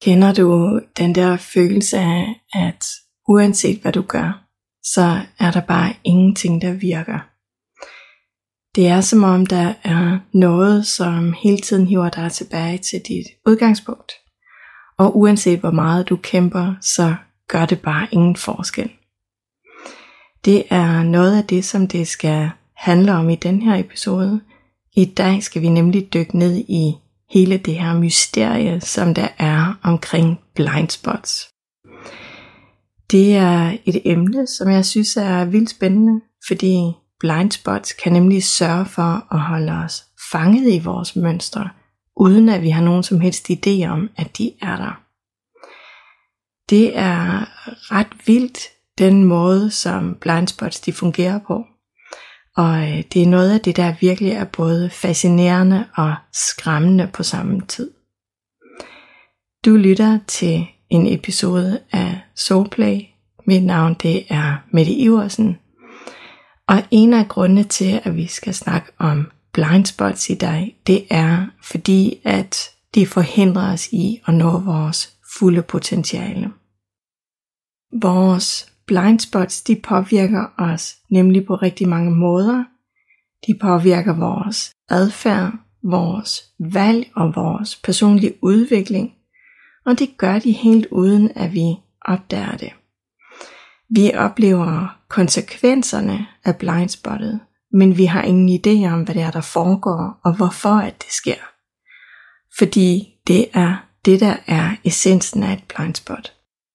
Kender du den der følelse af, at uanset hvad du gør, så er der bare ingenting, der virker? Det er som om, der er noget, som hele tiden hiver dig tilbage til dit udgangspunkt. Og uanset hvor meget du kæmper, så gør det bare ingen forskel. Det er noget af det, som det skal handle om i den her episode. I dag skal vi nemlig dykke ned i hele det her mysterie, som der er omkring blind spots. Det er et emne, som jeg synes er vildt spændende, fordi blind spots kan nemlig sørge for at holde os fanget i vores mønstre, uden at vi har nogen som helst idé om, at de er der. Det er ret vildt, den måde, som blind spots de fungerer på. Og det er noget af det, der virkelig er både fascinerende og skræmmende på samme tid. Du lytter til en episode af Soulplay. Mit navn det er Mette Iversen. Og en af grundene til, at vi skal snakke om blind spots i dag, det er fordi, at de forhindrer os i at nå vores fulde potentiale. Vores blind spots, de påvirker os nemlig på rigtig mange måder. De påvirker vores adfærd, vores valg og vores personlige udvikling. Og det gør de helt uden, at vi opdager det. Vi oplever konsekvenserne af blind spottet, men vi har ingen idé om, hvad det er, der foregår, og hvorfor at det sker. Fordi det er det, der er essensen af et blind spot.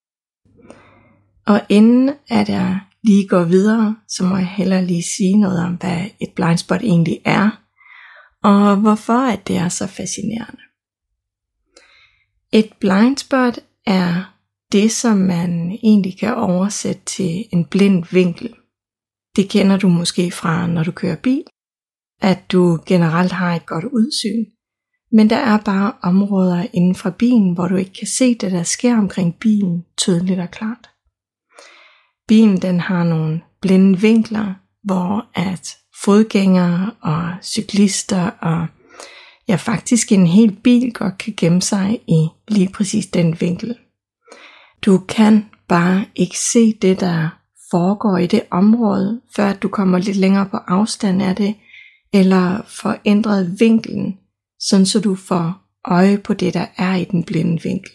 Og inden at jeg lige går videre, så må jeg hellere lige sige noget om, hvad et blind spot egentlig er, og hvorfor at det er så fascinerende. Et blind spot er det, som man egentlig kan oversætte til en blind vinkel. Det kender du måske fra, når du kører bil, at du generelt har et godt udsyn, men der er bare områder inden for bilen, hvor du ikke kan se det, der sker omkring bilen tydeligt og klart. Bilen den har nogle blinde vinkler, hvor at fodgængere og cyklister og ja faktisk en hel bil godt kan gemme sig i lige præcis den vinkel. Du kan bare ikke se det, der foregår i det område, før du kommer lidt længere på afstand af det, eller får ændret vinklen, sådan så du får øje på det, der er i den blinde vinkel.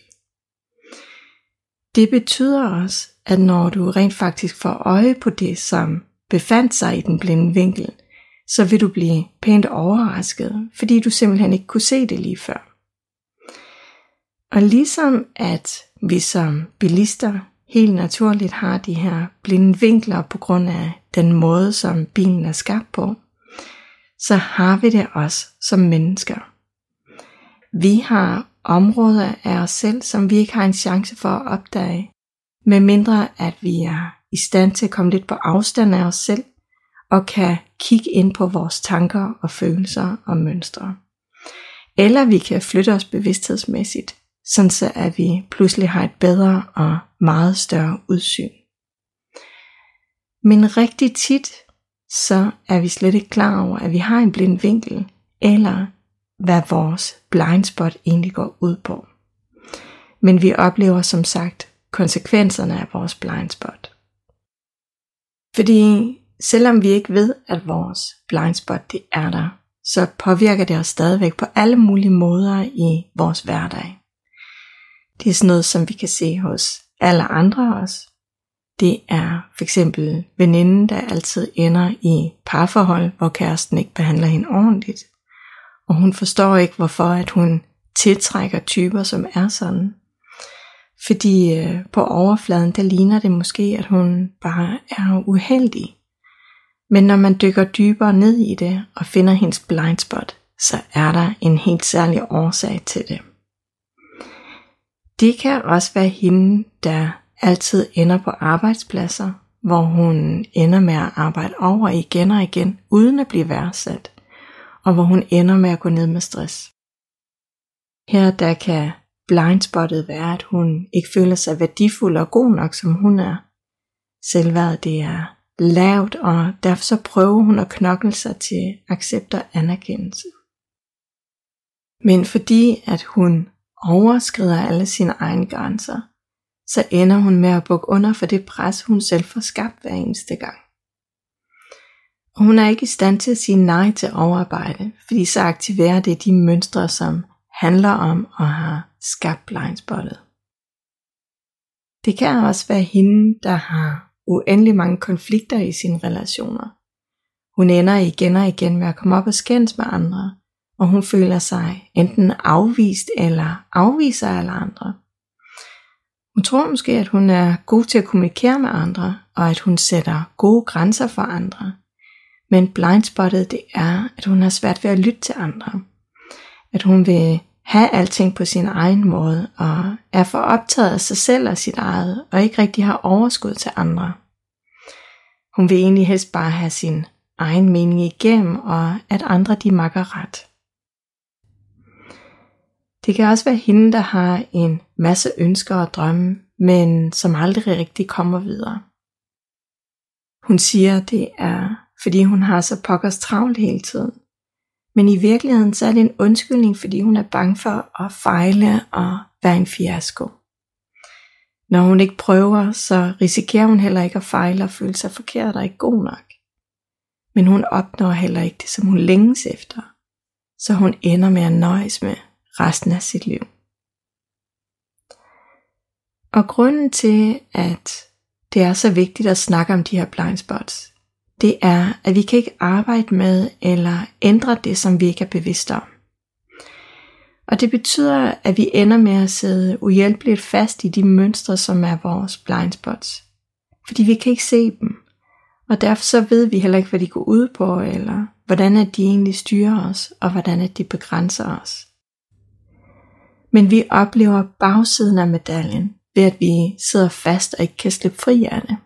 Det betyder også, at når du rent faktisk får øje på det, som befandt sig i den blinde vinkel, så vil du blive pænt overrasket, fordi du simpelthen ikke kunne se det lige før. Og ligesom at vi som bilister helt naturligt har de her blinde vinkler på grund af den måde, som bilen er skabt på, så har vi det også som mennesker. Vi har områder af os selv, som vi ikke har en chance for at opdage, medmindre at vi er i stand til at komme lidt på afstand af os selv, og kan kigge ind på vores tanker og følelser og mønstre. Eller vi kan flytte os bevidsthedsmæssigt, sådan så at vi pludselig har et bedre og meget større udsyn. Men rigtig tit, så er vi slet ikke klar over, at vi har en blind vinkel, eller hvad vores blind spot egentlig går ud på. Men vi oplever som sagt konsekvenserne af vores blind spot. Fordi selvom vi ikke ved, at vores blind spot det er der, så påvirker det os stadigvæk på alle mulige måder i vores hverdag. Det er sådan noget, som vi kan se hos alle andre også. Det er for eksempel veninden, der altid ender i parforhold, hvor kæresten ikke behandler hende ordentligt. Og hun forstår ikke, hvorfor at hun tiltrækker typer, som er sådan. Fordi på overfladen, der ligner det måske, at hun bare er uheldig. Men når man dykker dybere ned i det og finder hendes blind spot, så er der en helt særlig årsag til det. Det kan også være hende, der altid ender på arbejdspladser, hvor hun ender med at arbejde over igen og igen, uden at blive værdsat, og hvor hun ender med at gå ned med stress. Her der kan blindspottet være, at hun ikke føler sig værdifuld og god nok, som hun er. Selvværdet det er lavt, og derfor så prøver hun at knokle sig til accept og anerkendelse. Men fordi at hun overskrider alle sine egne grænser, så ender hun med at bukke under for det pres, hun selv får skabt hver eneste gang. Og hun er ikke i stand til at sige nej til overarbejde, fordi så aktiverer det de mønstre, som handler om at have skabt blindspottet. Det kan også være hende, der har uendelig mange konflikter i sine relationer. Hun ender igen og igen med at komme op og skændes med andre, og hun føler sig enten afvist eller afviser alle andre. Hun tror måske, at hun er god til at kommunikere med andre, og at hun sætter gode grænser for andre. Men blindspottet, det er, at hun har svært ved at lytte til andre. At hun vil have alting på sin egen måde, og er for optaget af sig selv og sit eget, og ikke rigtig har overskud til andre. Hun vil egentlig helst bare have sin egen mening igennem, og at andre de makker ret. Det kan også være hende, der har en masse ønsker og drømme, men som aldrig rigtig kommer videre. Hun siger, det er, fordi hun har så pokkers travlt hele tiden. Men i virkeligheden så er det en undskyldning, fordi hun er bange for at fejle og være en fiasko. Når hun ikke prøver, så risikerer hun heller ikke at fejle og føle sig forkert og ikke god nok. Men hun opnår heller ikke det, som hun længes efter. Så hun ender med at nøjes med resten af sit liv. Og grunden til, at det er så vigtigt at snakke om de her blindspots, det er, at vi kan ikke arbejde med eller ændre det, som vi ikke er bevidste om. Og det betyder, at vi ender med at sidde uhjælpeligt fast i de mønstre, som er vores blindspots. Fordi vi kan ikke se dem. Og derfor så ved vi heller ikke, hvad de går ud på, eller hvordan at de egentlig styrer os, og hvordan at de begrænser os. Men vi oplever bagsiden af medaljen, ved at vi sidder fast og ikke kan slippe fri af det.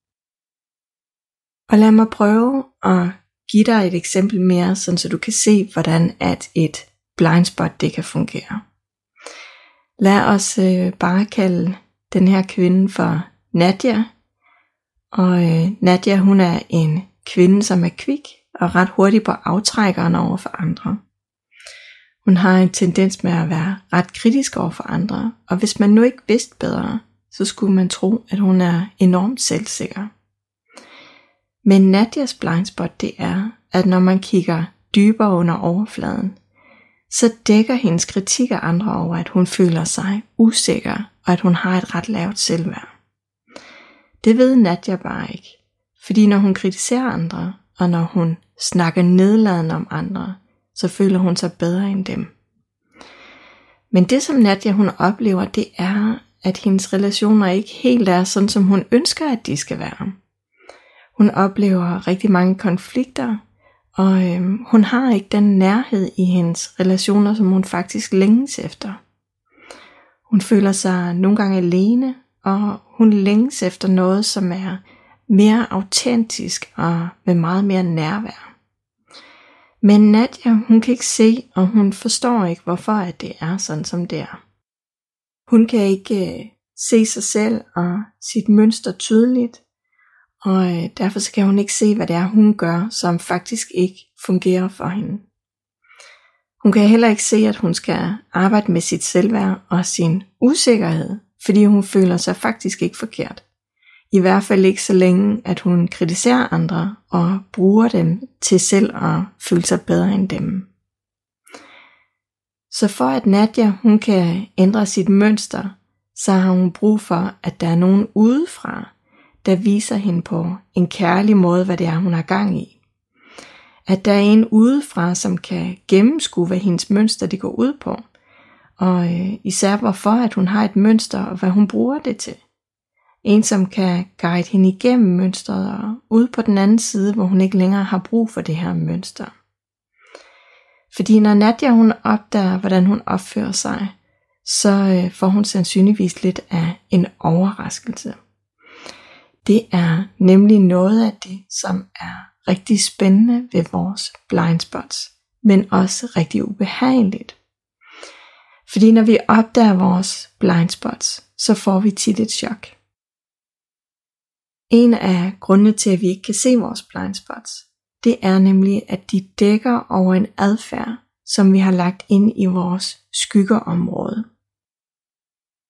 Og lad mig prøve at give dig et eksempel mere, så du kan se, hvordan at et blindspot det kan fungere. Lad os bare kalde den her kvinde for Nadia. Og Nadia, hun er en kvinde, som er kvik og ret hurtig på aftrækkeren over for andre. Hun har en tendens med at være ret kritisk over for andre, og hvis man nu ikke vidste bedre, så skulle man tro, at hun er enormt selvsikker. Men Nadias blindspot, det er, at når man kigger dybere under overfladen, så dækker hendes kritik af andre over, at hun føler sig usikker, og at hun har et ret lavt selvværd. Det ved Nadia bare ikke, fordi når hun kritiserer andre, og når hun snakker nedladende om andre, så føler hun sig bedre end dem. Men det som Nadia hun oplever, det er, at hendes relationer ikke helt er sådan, som hun ønsker, at de skal være. Hun oplever rigtig mange konflikter, og hun har ikke den nærhed i hendes relationer, som hun faktisk længes efter. Hun føler sig nogle gange alene, og hun længes efter noget, som er mere autentisk og med meget mere nærvær. Men Nadia, hun kan ikke se, og hun forstår ikke, hvorfor at det er sådan, som det er. Hun kan ikke se sig selv og sit mønster tydeligt, og derfor så kan hun ikke se, hvad det er, hun gør, som faktisk ikke fungerer for hende. Hun kan heller ikke se, at hun skal arbejde med sit selvværd og sin usikkerhed, fordi hun føler sig faktisk ikke forkert. I hvert fald ikke så længe, at hun kritiserer andre og bruger dem til selv at føle sig bedre end dem. Så for at Nadia hun kan ændre sit mønster, så har hun brug for, at der er nogen udefra, der viser hende på en kærlig måde, hvad det er, hun har gang i. At der er en udefra, som kan gennemskue, hvad hendes mønster det går ud på. Og især hvorfor, at hun har et mønster, og hvad hun bruger det til. En, som kan guide hende igennem mønstret og ud på den anden side, hvor hun ikke længere har brug for det her mønster. Fordi når Nadia hun opdager, hvordan hun opfører sig, så får hun sandsynligvis lidt af en overraskelse. Det er nemlig noget af det, som er rigtig spændende ved vores blindspots, men også rigtig ubehageligt. Fordi når vi opdager vores blindspots, så får vi tit et chok. En af grundene til, at vi ikke kan se vores blindspots, det er nemlig, at de dækker over en adfærd, som vi har lagt ind i vores skyggeområde,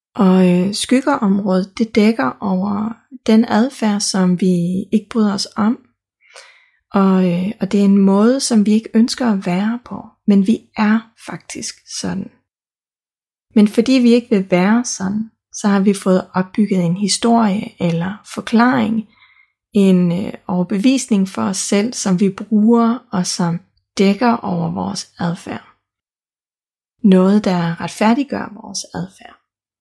Og skyggeområdet, det dækker over den adfærd, som vi ikke bryder os om. Og det er en måde, som vi ikke ønsker at være på. Men vi er faktisk sådan. Men fordi vi ikke vil være sådan, så har vi fået opbygget en historie eller forklaring, en overbevisning for os selv, som vi bruger og som dækker over vores adfærd. Noget, der retfærdiggør vores adfærd.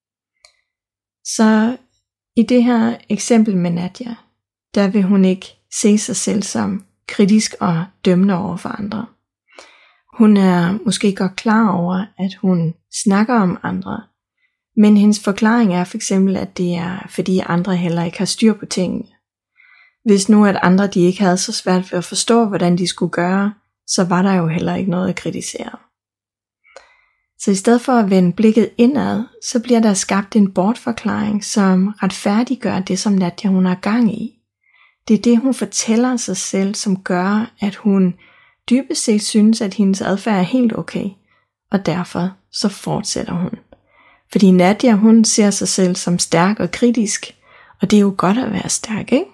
Så i det her eksempel med Nadia, der vil hun ikke se sig selv som kritisk og dømmende over for andre. Hun er måske godt klar over, at hun snakker om andre, men hendes forklaring er for eksempel, at det er fordi andre heller ikke har styr på tingene. Hvis nu at andre de ikke havde så svært ved at forstå, hvordan de skulle gøre, så var der jo heller ikke noget at kritisere. Så i stedet for at vende blikket indad, så bliver der skabt en bortforklaring, som retfærdiggør det, som Nadia hun har gang i. Det er det, hun fortæller sig selv, som gør, at hun dybest set synes, at hendes adfærd er helt okay, og derfor så fortsætter hun. Fordi Nadia, hun ser sig selv som stærk og kritisk, og det er jo godt at være stærk, ikke?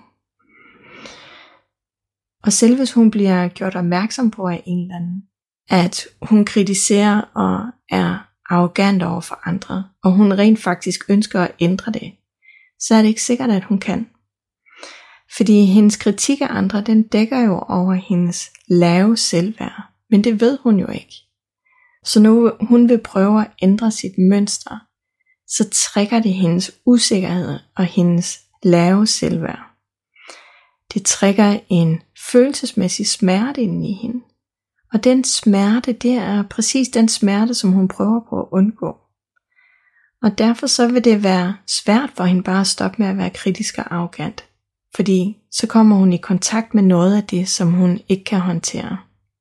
Og selv hvis hun bliver gjort opmærksom på af en eller anden, at hun kritiserer og er arrogant over for andre, og hun rent faktisk ønsker at ændre det, så er det ikke sikkert, at hun kan. Fordi hendes kritik af andre, den dækker jo over hendes lave selvværd, men det ved hun jo ikke. Så nu hun vil prøve at ændre sit mønster, så trækker det hendes usikkerhed og hendes lave selvværd. Det trækker en følelsesmæssig smerte ind i hende. Og den smerte, det er præcis den smerte, som hun prøver på at undgå. Og derfor så vil det være svært for hende bare at stoppe med at være kritisk og arrogant. Fordi så kommer hun i kontakt med noget af det, som hun ikke kan håndtere.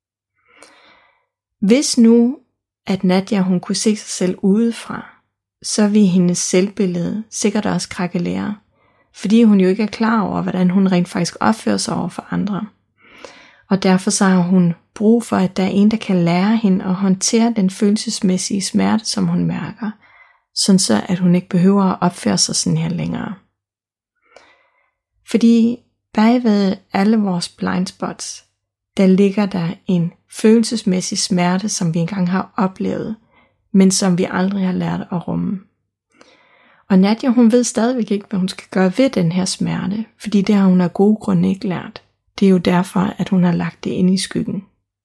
Hvis nu, at Nadia hun kunne se sig selv udefra, så vil hendes selvbillede sikkert også krakelere. Fordi hun jo ikke er klar over, hvordan hun rent faktisk opfører sig over for andre. Og derfor så har hun brug for, at der er en, der kan lære hende at håndtere den følelsesmæssige smerte, som hun mærker. Sådan så, at hun ikke behøver at opføre sig sådan her længere. Fordi bagved alle vores blind spots, der ligger der en følelsesmæssig smerte, som vi engang har oplevet, men som vi aldrig har lært at rumme. Og Nadia, hun ved stadigvæk ikke, hvad hun skal gøre ved den her smerte, fordi det har hun af gode grunde ikke lært. Det er jo derfor, at hun har lagt det ind i skyggen.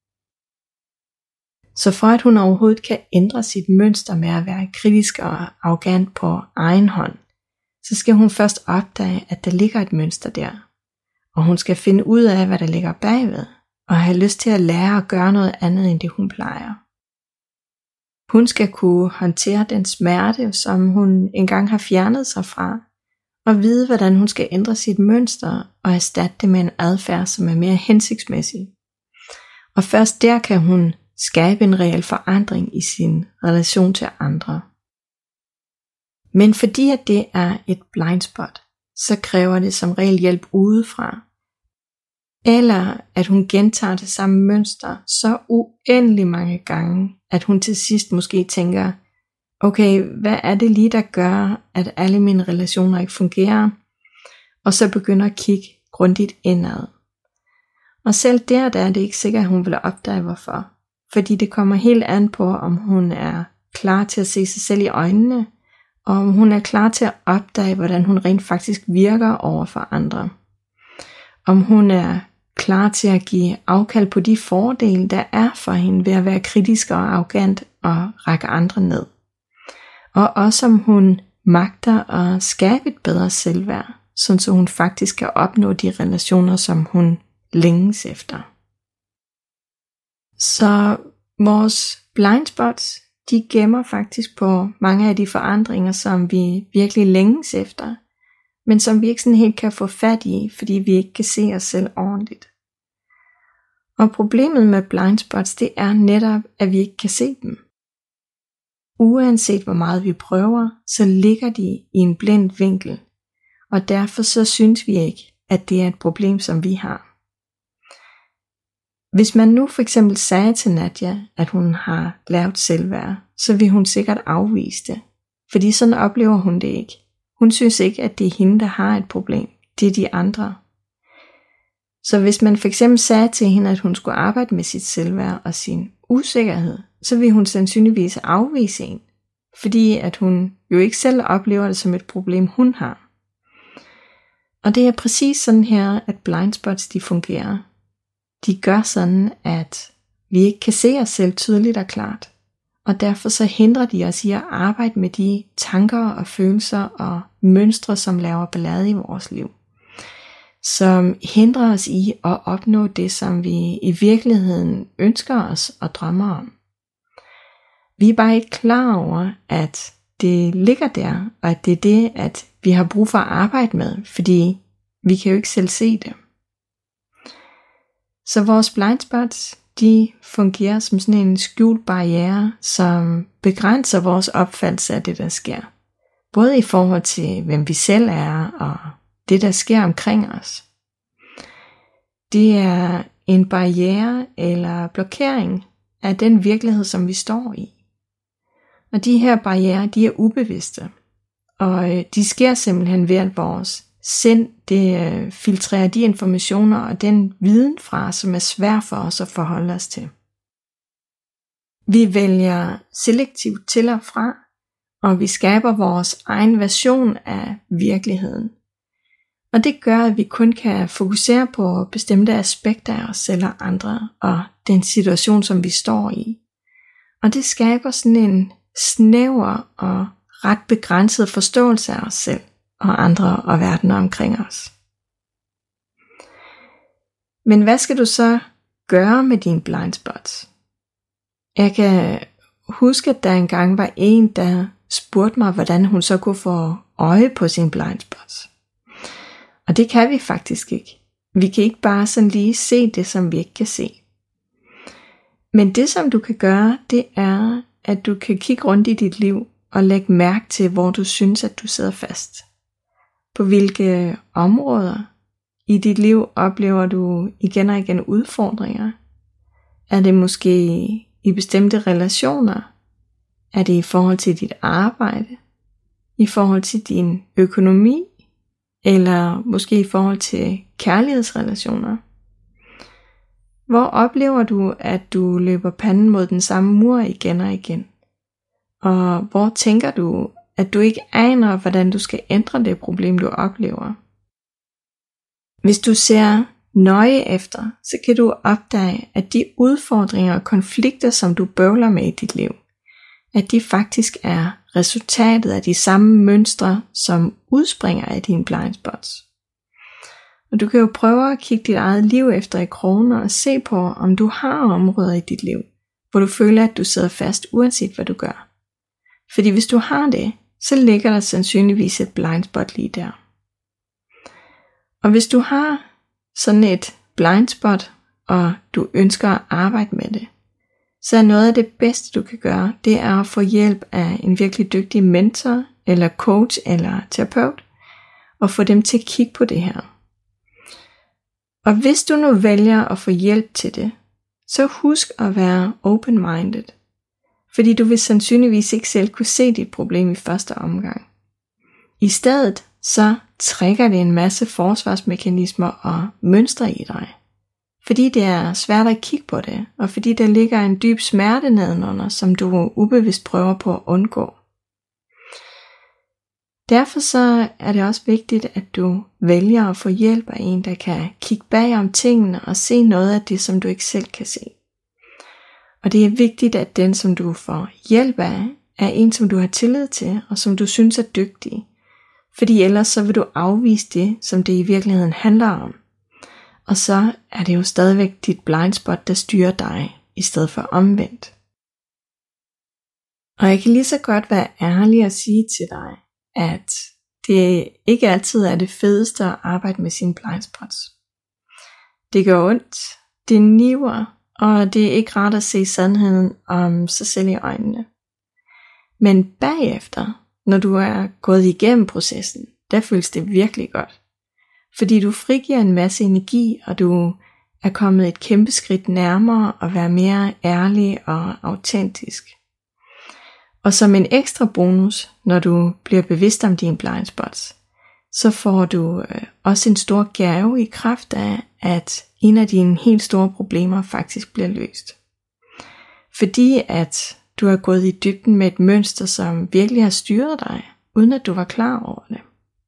Så for at hun overhovedet kan ændre sit mønster med at være kritisk og arrogant på egen hånd, så skal hun først opdage, at der ligger et mønster der. Og hun skal finde ud af, hvad der ligger bagved, og have lyst til at lære at gøre noget andet, end det hun plejer. Hun skal kunne håndtere den smerte, som hun engang har fjernet sig fra, og vide, hvordan hun skal ændre sit mønster og erstatte det med en adfærd, som er mere hensigtsmæssig. Og først der kan hun skabe en reel forandring i sin relation til andre. Men fordi at det er et blind spot, så kræver det som regel hjælp udefra. Eller at hun gentager det samme mønster så uendelig mange gange, at hun til sidst måske tænker, okay, hvad er det lige, der gør, at alle mine relationer ikke fungerer? Og så begynder at kigge grundigt indad. Og selv der er det ikke sikkert, at hun vil opdage hvorfor. Fordi det kommer helt an på, om hun er klar til at se sig selv i øjnene, og om hun er klar til at opdage, hvordan hun rent faktisk virker over for andre. Om hun er klar til at give afkald på de fordele, der er for hende ved at være kritisk og arrogant og række andre ned. Og også om hun magter at skabe et bedre selvværd, så hun faktisk kan opnå de relationer, som hun længes efter. Så vores blind spots, de gemmer faktisk på mange af de forandringer, som vi virkelig længes efter, men som vi ikke sådan helt kan få fat i, fordi vi ikke kan se os selv ordentligt. Og problemet med blind spots, det er netop, at vi ikke kan se dem. Uanset hvor meget vi prøver, så ligger de i en blind vinkel, og derfor så synes vi ikke, at det er et problem, som vi har. Hvis man nu for eksempel sagde til Nadia, at hun har lavt selvværd, så vil hun sikkert afvise det, Fordi sådan oplever hun det ikke. Hun synes ikke, at det er hende, der har et problem. Det er de andre. Så hvis man for eksempel sagde til hende, at hun skulle arbejde med sit selvværd og sin usikkerhed, så vil hun sandsynligvis afvise en. Fordi at hun jo ikke selv oplever det som et problem, hun har. Og det er præcis sådan her, at blindspots de fungerer. De gør sådan, at vi ikke kan se os selv tydeligt og klart. Og derfor så hindrer de os i at arbejde med de tanker og følelser og mønstre, som laver ballade i vores liv. Som hindrer os i at opnå det, som vi i virkeligheden ønsker os og drømmer om. Vi er bare ikke klar over, at det ligger der, og at det er det, at vi har brug for at arbejde med, fordi vi kan jo ikke selv se det. Så vores blindspots, de fungerer som sådan en skjult barriere, som begrænser vores opfattelse af det, der sker. Både i forhold til, hvem vi selv er, og det, der sker omkring os. Det er en barriere eller blokering af den virkelighed, som vi står i. Og de her barrierer, de er ubevidste. Og de sker simpelthen ved, at vores sind, det filtrerer de informationer og den viden fra, som er svær for os at forholde os til. Vi vælger selektivt til og fra, og vi skaber vores egen version af virkeligheden. Og det gør, at vi kun kan fokusere på bestemte aspekter af os selv og andre, og den situation, som vi står i. Og det skaber sådan en snæver og ret begrænset forståelse af os selv og andre og verden omkring os. Men hvad skal du så gøre med dine blindspots? Jeg kan huske, at der engang var en, der spurgte mig, hvordan hun så kunne få øje på sine blindspots. Og det kan vi faktisk ikke. Vi kan ikke bare sådan lige se det, som vi ikke kan se. Men det, som du kan gøre, det er, at du kan kigge rundt i dit liv og lægge mærke til, hvor du synes, at du sidder fast. På hvilke områder i dit liv oplever du igen og igen udfordringer? Er det måske i bestemte relationer? Er det i forhold til dit arbejde? I forhold til din økonomi? Eller måske i forhold til kærlighedsrelationer? Hvor oplever du, at du løber panden mod den samme mur igen og igen? Og hvor tænker du, at du ikke aner, hvordan du skal ændre det problem, du oplever? Hvis du ser nøje efter, så kan du opdage, at de udfordringer og konflikter, som du bøvler med i dit liv, at de faktisk er resultatet af de samme mønstre, som udspringer af dine blindspots. Og du kan jo prøve at kigge dit eget liv efter i kroner og se på, om du har områder i dit liv, hvor du føler, at du sidder fast, uanset hvad du gør. Fordi hvis du har det, så ligger der sandsynligvis et blindspot lige der. Og hvis du har sådan et blindspot, og du ønsker at arbejde med det, så er noget af det bedste, du kan gøre, det er at få hjælp af en virkelig dygtig mentor, eller coach, eller terapeut, og få dem til at kigge på det her. Og hvis du nu vælger at få hjælp til det, så husk at være open-minded, fordi du vil sandsynligvis ikke selv kunne se dit problem i første omgang. I stedet så trigger det en masse forsvarsmekanismer og mønstre i dig, fordi det er svært at kigge på det, og fordi der ligger en dyb smerte nedenunder, som du ubevidst prøver på at undgå. Derfor så er det også vigtigt, at du vælger at få hjælp af en, der kan kigge bag om tingene og se noget af det, som du ikke selv kan se. Og det er vigtigt, at den, som du får hjælp af, er en, som du har tillid til, og som du synes er dygtig. Fordi ellers så vil du afvise det, som det i virkeligheden handler om. Og så er det jo stadigvæk dit blindspot, der styrer dig, i stedet for omvendt. Og jeg kan lige så godt være ærlig og sige til dig, at det ikke altid er det fedeste at arbejde med sine blindspots. Det gør ondt, det niver, og det er ikke rart at se sandheden om sig selv i øjnene. Men bagefter, når du er gået igennem processen, der føles det virkelig godt. Fordi du frigiver en masse energi, og du er kommet et kæmpe skridt nærmere at være mere ærlig og autentisk. Og som en ekstra bonus, når du bliver bevidst om dine blind spots, så får du også en stor gave i kraft af, at en af dine helt store problemer faktisk bliver løst. Fordi at du har gået i dybden med et mønster, som virkelig har styret dig, uden at du var klar over det.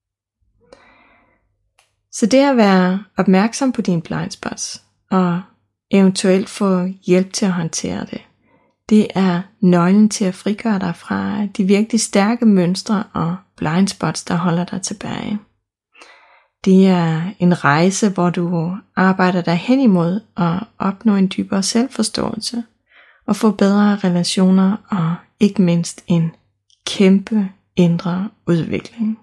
Så det at være opmærksom på dine blind spots, og eventuelt få hjælp til at håndtere det, det er nøglen til at frigøre dig fra de virkelig stærke mønstre og blind spots, der holder dig tilbage. Det er en rejse, hvor du arbejder dig hen imod at opnå en dybere selvforståelse, og få bedre relationer og ikke mindst en kæmpe indre udvikling.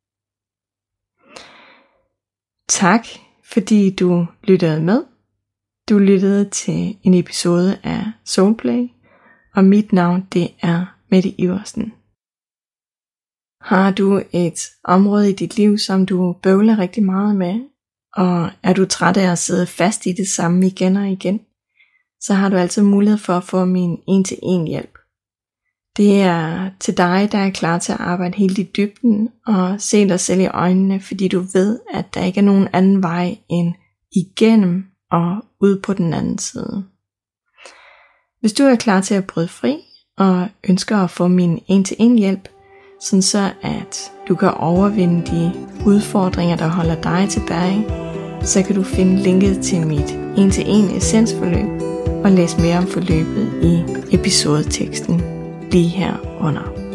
Tak fordi du lyttede med. Du lyttede til en episode af Soulplay, og mit navn det er Mette Iversen. Har du et område i dit liv, som du bøvler rigtig meget med, og er du træt af at sidde fast i det samme igen og igen, så har du altid mulighed for at få min 1-til-1 hjælp. Det er til dig, der er klar til at arbejde helt i dybden og se dig selv i øjnene, fordi du ved, at der ikke er nogen anden vej end igennem og ud på den anden side. Hvis du er klar til at bryde fri og ønsker at få min 1-til-1 hjælp, sådan så at du kan overvinde de udfordringer, der holder dig tilbage, så kan du finde linket til mit 1-til-1 essensforløb og læse mere om forløbet i episodeteksten lige her under.